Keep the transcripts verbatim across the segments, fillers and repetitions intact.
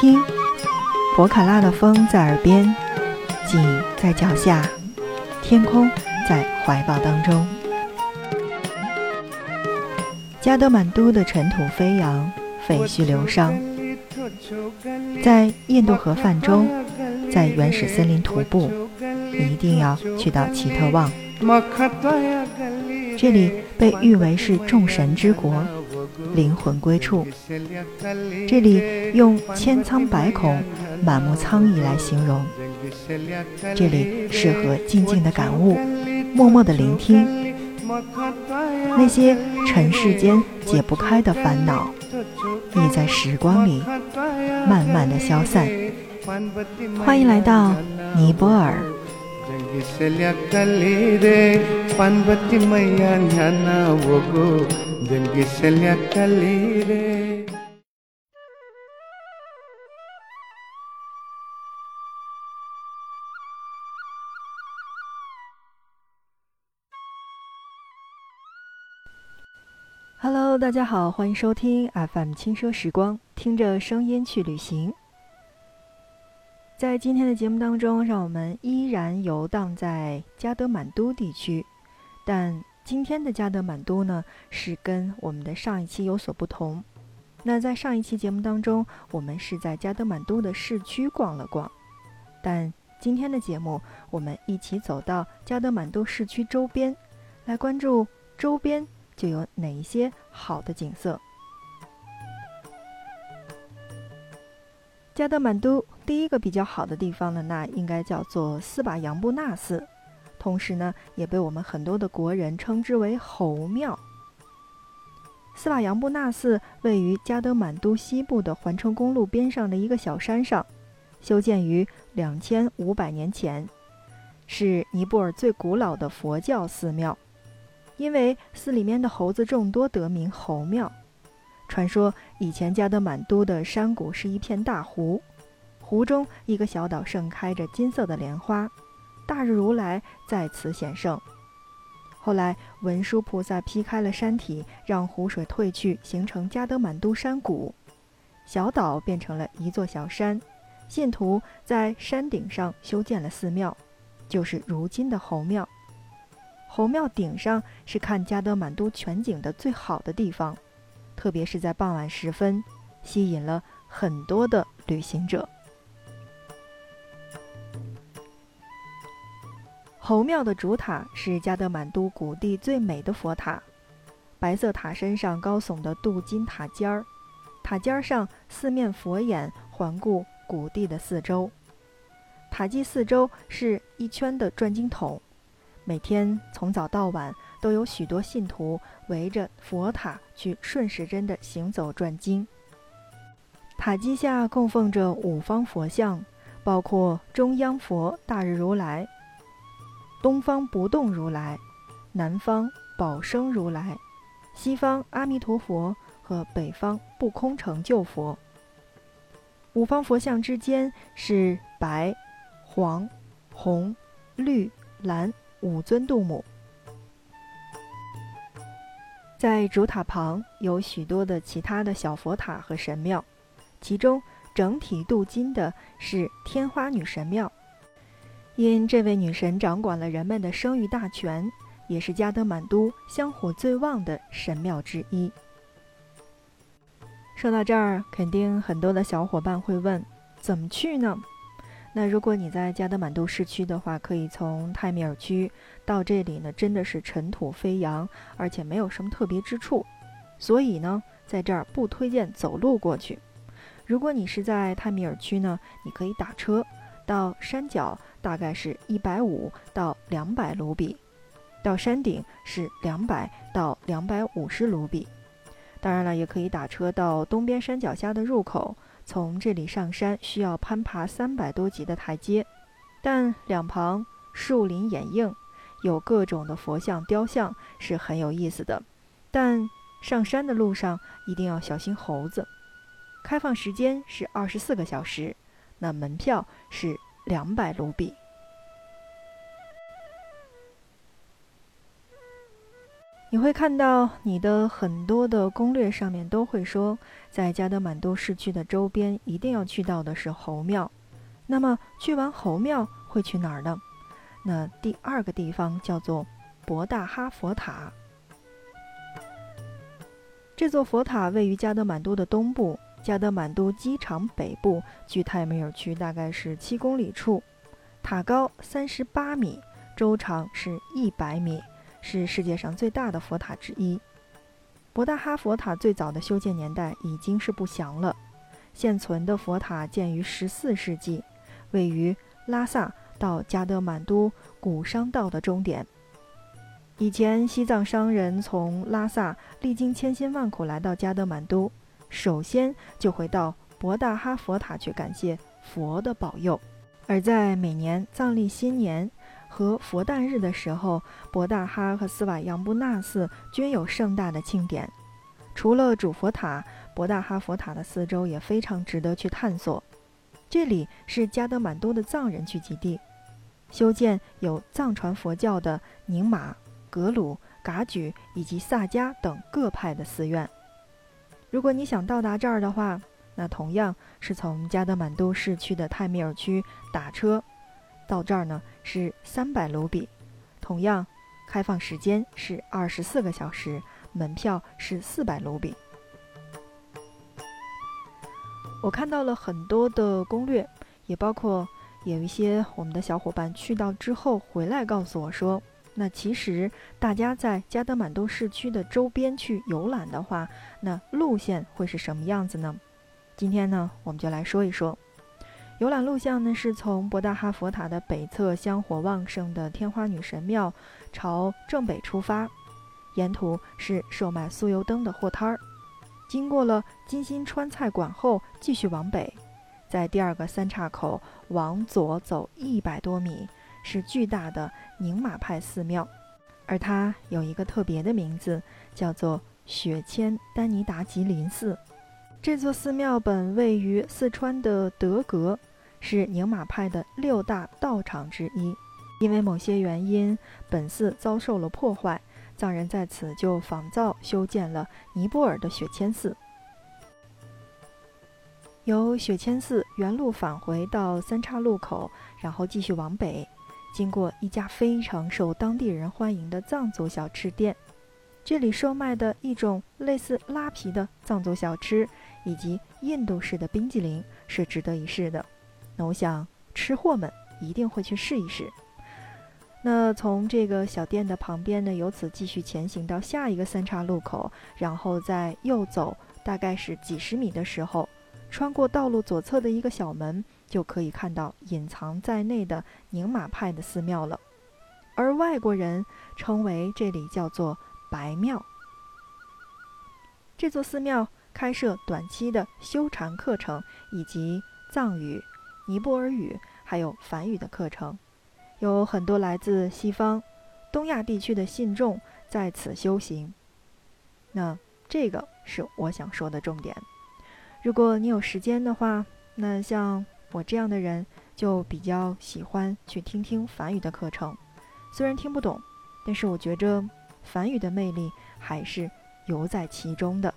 听，博卡拉的风在耳边，景在脚下，天空在怀抱当中。加德满都的尘土飞扬，废墟流觞，在印度河泛舟，在原始森林徒步，一定要去到奇特旺。这里被誉为是众神之国，灵魂归处。这里用千疮百孔、满目苍夷来形容。这里适合静静的感悟，默默的聆听那些尘世间解不开的烦恼，亦在时光里慢慢的消散。欢迎来到尼泊尔。Hello， 大家好，欢迎收听 F M 轻奢时光，听着声音去旅行。在今天的节目当中，让我们依然游荡在加德满都地区，但今天的加德满都呢，是跟我们的上一期有所不同。那在上一期节目当中，我们是在加德满都的市区逛了逛，但今天的节目，我们一起走到加德满都市区周边，来关注周边就有哪一些好的景色。加德满都第一个比较好的地方呢，那应该叫做斯巴扬布纳寺，同时呢，也被我们很多的国人称之为猴庙。斯巴扬布纳寺位于加德满都西部的环城公路边上的一个小山上，修建于两千五百年前，是尼泊尔最古老的佛教寺庙。因为寺里面的猴子众多，得名猴庙。传说以前加德满都的山谷是一片大湖，湖中一个小岛盛开着金色的莲花，大日如来在此显圣。后来文殊菩萨劈开了山体，让湖水退去，形成加德满都山谷，小岛变成了一座小山，信徒在山顶上修建了寺庙，就是如今的猴庙。猴庙顶上是看加德满都全景的最好的地方，特别是在傍晚时分，吸引了很多的旅行者。猴庙的主塔是加德满都谷地最美的佛塔，白色塔身上高耸的镀金塔尖儿，塔尖上四面佛眼环顾谷地的四周，塔基四周是一圈的转经筒，每天从早到晚都有许多信徒围着佛塔去顺时针的行走转经。塔基下供奉着五方佛像，包括中央佛大日如来、东方不动如来、南方宝生如来、西方阿弥陀佛和北方不空成就佛。五方佛像之间是白、黄、红、绿、蓝五尊度母。在主塔旁有许多的其他的小佛塔和神庙，其中整体镀金的是天花女神庙，因这位女神掌管了人们的生育大权，也是加德满都香火最旺的神庙之一。说到这儿，肯定很多的小伙伴会问，怎么去呢？那如果你在加德满都市区的话，可以从泰米尔区到这里呢，真的是尘土飞扬，而且没有什么特别之处，所以呢，在这儿不推荐走路过去。如果你是在泰米尔区呢，你可以打车到山脚，大概是一百五到两百卢比，到山顶是两百到两百五十卢比。当然了，也可以打车到东边山脚下的入口，从这里上山需要攀爬三百多级的台阶，但两旁树林掩映，有各种的佛像雕像，是很有意思的。但上山的路上一定要小心猴子。开放时间是二十四个小时，那门票是两百卢比。 你会看到你的很多的攻略上面都会说，在加德满都市区的周边一定要去到的是侯庙。那么去完侯庙会去哪儿呢？那第二个地方叫做博大哈佛塔。这座佛塔位于加德满都的东部，加德满都机场北部，距泰米尔区大概是七公里处。塔高三十八米，周长是一百米，是世界上最大的佛塔之一。博大哈佛塔最早的修建年代已经是不详了，现存的佛塔建于十四世纪，位于拉萨到加德满都古商道的终点。以前西藏商人从拉萨历经千辛万苦来到加德满都，首先就会到博大哈佛塔去感谢佛的保佑。而在每年藏历新年和佛诞日的时候，博大哈和斯瓦扬布纳寺均有盛大的庆典。除了主佛塔，博大哈佛塔的四周也非常值得去探索。这里是加德满都的藏人聚集地，修建有藏传佛教的宁玛、格鲁、噶举以及萨迦等各派的寺院。如果你想到达这儿的话，那同样是从加德满都市区的泰米尔区打车到这儿呢是三百卢比，同样开放时间是二十四个小时，门票是四百卢比。我看到了很多的攻略，也包括有一些我们的小伙伴去到之后回来告诉我说，那其实大家在加德满都市区的周边去游览的话，那路线会是什么样子呢？今天呢，我们就来说一说。游览路线呢，是从博大哈佛塔的北侧香火旺盛的天花女神庙朝正北出发，沿途是售卖酥油灯的货摊儿，经过了金星川菜馆后继续往北，在第二个三岔口往左走一百多米，是巨大的宁玛派寺庙，而它有一个特别的名字，叫做雪谦丹尼达吉林寺。这座寺庙本位于四川的德格，是宁玛派的六大道场之一。因为某些原因，本寺遭受了破坏，藏人在此就仿造修建了尼泊尔的雪谦寺。由雪谦寺原路返回到三岔路口，然后继续往北，经过一家非常受当地人欢迎的藏族小吃店。这里售卖的一种类似拉皮的藏族小吃以及印度式的冰激凌是值得一试的，那我想吃货们一定会去试一试。那从这个小店的旁边呢，由此继续前行到下一个三岔路口，然后再右走大概是几十米的时候，穿过道路左侧的一个小门，就可以看到隐藏在内的宁玛派的寺庙了，而外国人称为这里叫做白庙。这座寺庙开设短期的修禅课程，以及藏语、尼泊尔语还有梵语的课程，有很多来自西方、东亚地区的信众在此修行。那这个是我想说的重点。如果你有时间的话，那像我这样的人就比较喜欢去听听梵语的课程，虽然听不懂，但是我觉着梵语的魅力还是游在其中的。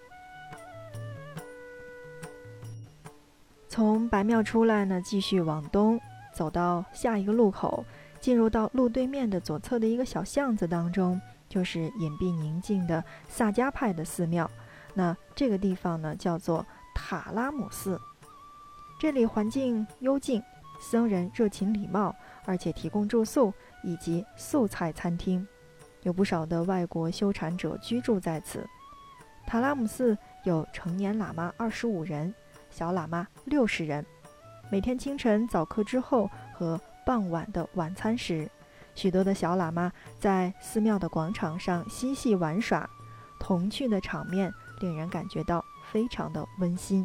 从白庙出来呢，继续往东走到下一个路口，进入到路对面的左侧的一个小巷子当中，就是隐蔽宁静的萨迦派的寺庙。那这个地方呢叫做塔拉姆寺，这里环境幽静，僧人热情礼貌，而且提供住宿以及素菜餐厅，有不少的外国修禅者居住在此。塔拉姆寺有成年喇嘛二十五人，小喇嘛六十人。每天清晨早课之后和傍晚的晚餐时，许多的小喇嘛在寺庙的广场上嬉戏玩耍，童趣的场面令人感觉到非常的温馨。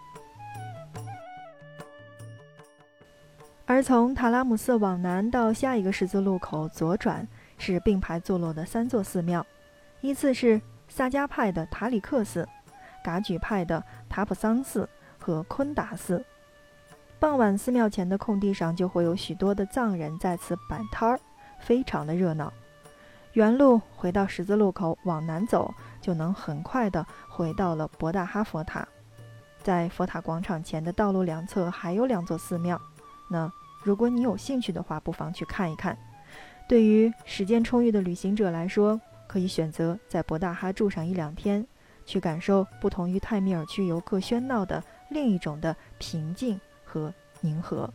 而从塔拉姆寺往南到下一个十字路口左转，是并排坐落的三座寺庙，依次是萨迦派的塔里克寺、噶举派的塔普桑寺和昆达寺。傍晚寺庙前的空地上就会有许多的藏人在此摆摊儿，非常的热闹。 原路回到十字路口往南走，就能很快地回到了博大哈佛塔。在佛塔广场前的道路两侧还有两座寺庙，那如果你有兴趣的话，不妨去看一看。对于时间充裕的旅行者来说，可以选择在博大哈住上一两天，去感受不同于泰米尔区游客喧闹的另一种的平静和宁和。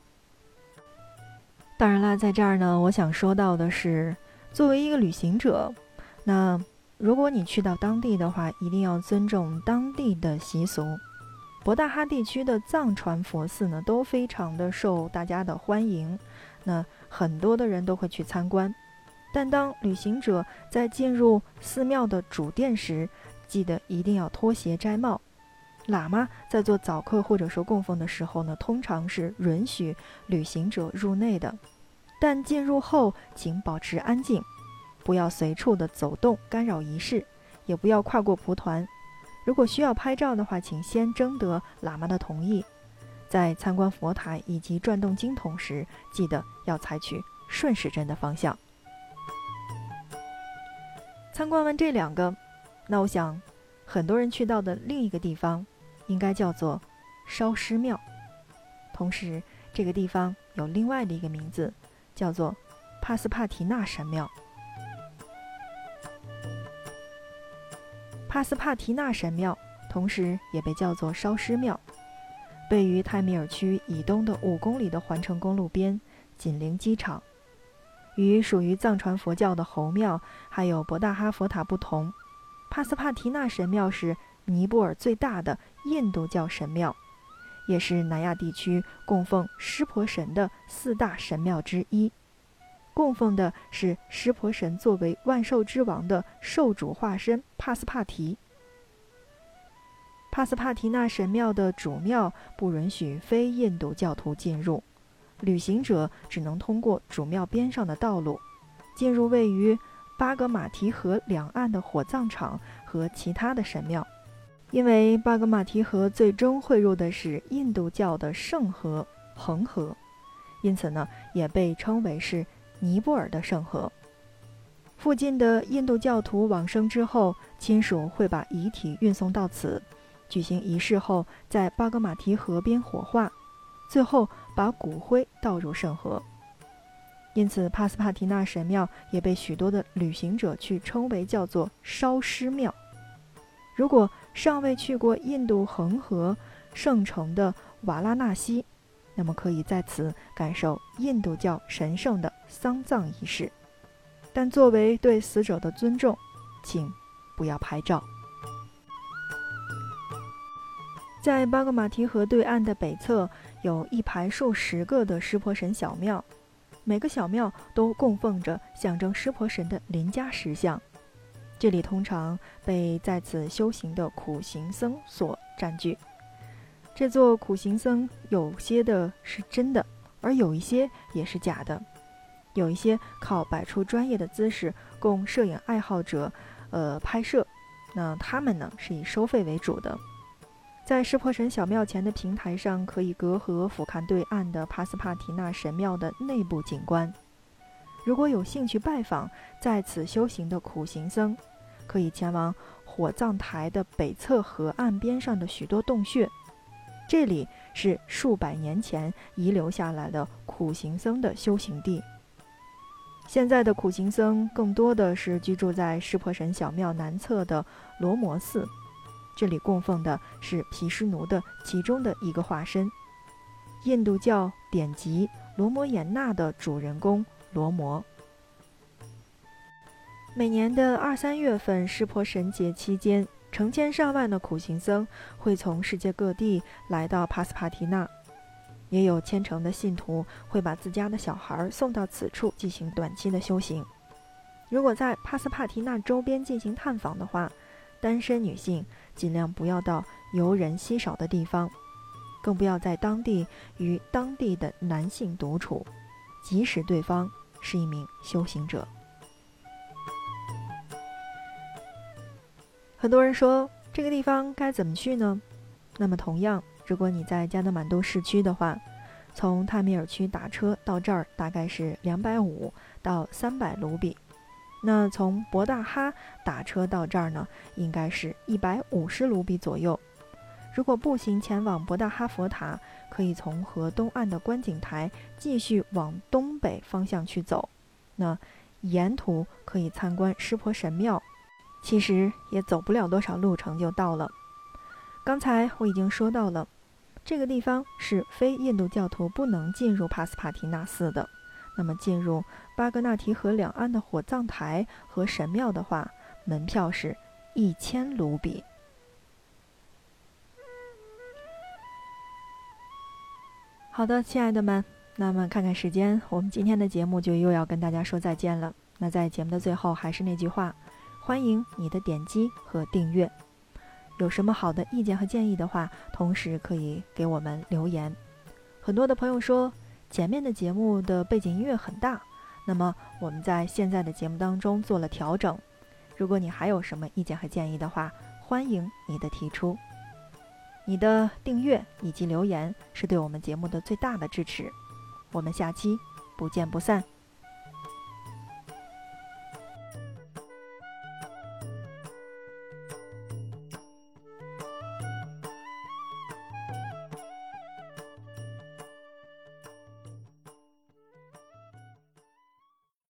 当然啦，在这儿呢，我想说到的是，作为一个旅行者，那如果你去到当地的话，一定要尊重当地的习俗。博大哈地区的藏传佛寺呢，都非常的受大家的欢迎，那很多的人都会去参观。但当旅行者在进入寺庙的主殿时，记得一定要脱鞋摘帽。喇嘛在做早课或者说供奉的时候呢，通常是允许旅行者入内的，但进入后请保持安静，不要随处的走动干扰仪式，也不要跨过蒲团。如果需要拍照的话，请先征得喇嘛的同意。在参观佛塔以及转动经筒时，记得要采取顺时针的方向。参观完这两个，那我想很多人去到的另一个地方应该叫做烧尸庙，同时这个地方有另外的一个名字，叫做帕斯帕提纳神庙。帕斯帕提纳神庙同时也被叫做烧尸庙，位于泰米尔区以东的五公里的环城公路边，紧邻机场。与属于藏传佛教的侯庙还有博大哈佛塔不同，帕斯帕提纳神庙是尼泊尔最大的印度教神庙，也是南亚地区供奉湿婆神的四大神庙之一。供奉的是湿婆神作为万兽之王的兽主化身帕斯帕提。帕斯帕提纳神庙的主庙不允许非印度教徒进入，旅行者只能通过主庙边上的道路，进入位于巴格马提河两岸的火葬场和其他的神庙。因为巴格马提河最终汇入的是印度教的圣河恒河，因此呢，也被称为是尼泊尔的圣河。附近的印度教徒往生之后，亲属会把遗体运送到此，举行仪式后，在巴格马提河边火化，最后把骨灰倒入圣河。因此帕斯帕提纳神庙也被许多的旅行者去称为叫做烧尸庙。如果尚未去过印度恒河圣城的瓦拉纳西，那么可以在此感受印度教神圣的丧葬仪式，但作为对死者的尊重，请不要拍照。在巴格马提河对岸的北侧，有一排数十个的湿婆神小庙，每个小庙都供奉着象征湿婆神的邻家石像。这里通常被在此修行的苦行僧所占据。这座苦行僧有些的是真的，而有一些也是假的。有一些靠摆出专业的姿势供摄影爱好者呃拍摄，那他们呢是以收费为主的。在湿婆神小庙前的平台上，可以隔河俯瞰对岸的帕斯帕提纳神庙的内部景观。如果有兴趣拜访在此修行的苦行僧，可以前往火葬台的北侧河岸边上的许多洞穴，这里是数百年前遗留下来的苦行僧的修行地。现在的苦行僧更多的是居住在湿婆神小庙南侧的罗摩寺，这里供奉的是毗湿奴的其中的一个化身，印度教典籍罗摩衍那的主人公罗摩。每年的二三月份湿婆神节期间，成千上万的苦行僧会从世界各地来到帕斯帕提纳，也有虔诚的信徒会把自家的小孩送到此处进行短期的修行。如果在帕斯帕提纳周边进行探访的话，单身女性尽量不要到游人稀少的地方，更不要在当地与当地的男性独处，即使对方是一名修行者。很多人说这个地方该怎么去呢？那么同样，如果你在加德满都市区的话，从泰米尔区打车到这儿大概是两百五到三百卢比， 那从博大哈打车到这儿呢，应该是一百五十卢比左右。如果步行前往博大哈佛塔，可以从河东岸的观景台继续往东北方向去走，那沿途可以参观湿婆神庙，其实也走不了多少路程就到了。刚才我已经说到了，这个地方是非印度教徒不能进入帕斯帕提纳寺的。那么进入巴格纳提河两岸的火葬台和神庙的话，门票是一千卢比。好的，亲爱的们，那么看看时间，我们今天的节目就又要跟大家说再见了。那在节目的最后，还是那句话，欢迎你的点击和订阅。有什么好的意见和建议的话，同时可以给我们留言。很多的朋友说前面的节目的背景音乐很大，那么我们在现在的节目当中做了调整。如果你还有什么意见和建议的话，欢迎你的提出。你的订阅以及留言是对我们节目的最大的支持。我们下期不见不散。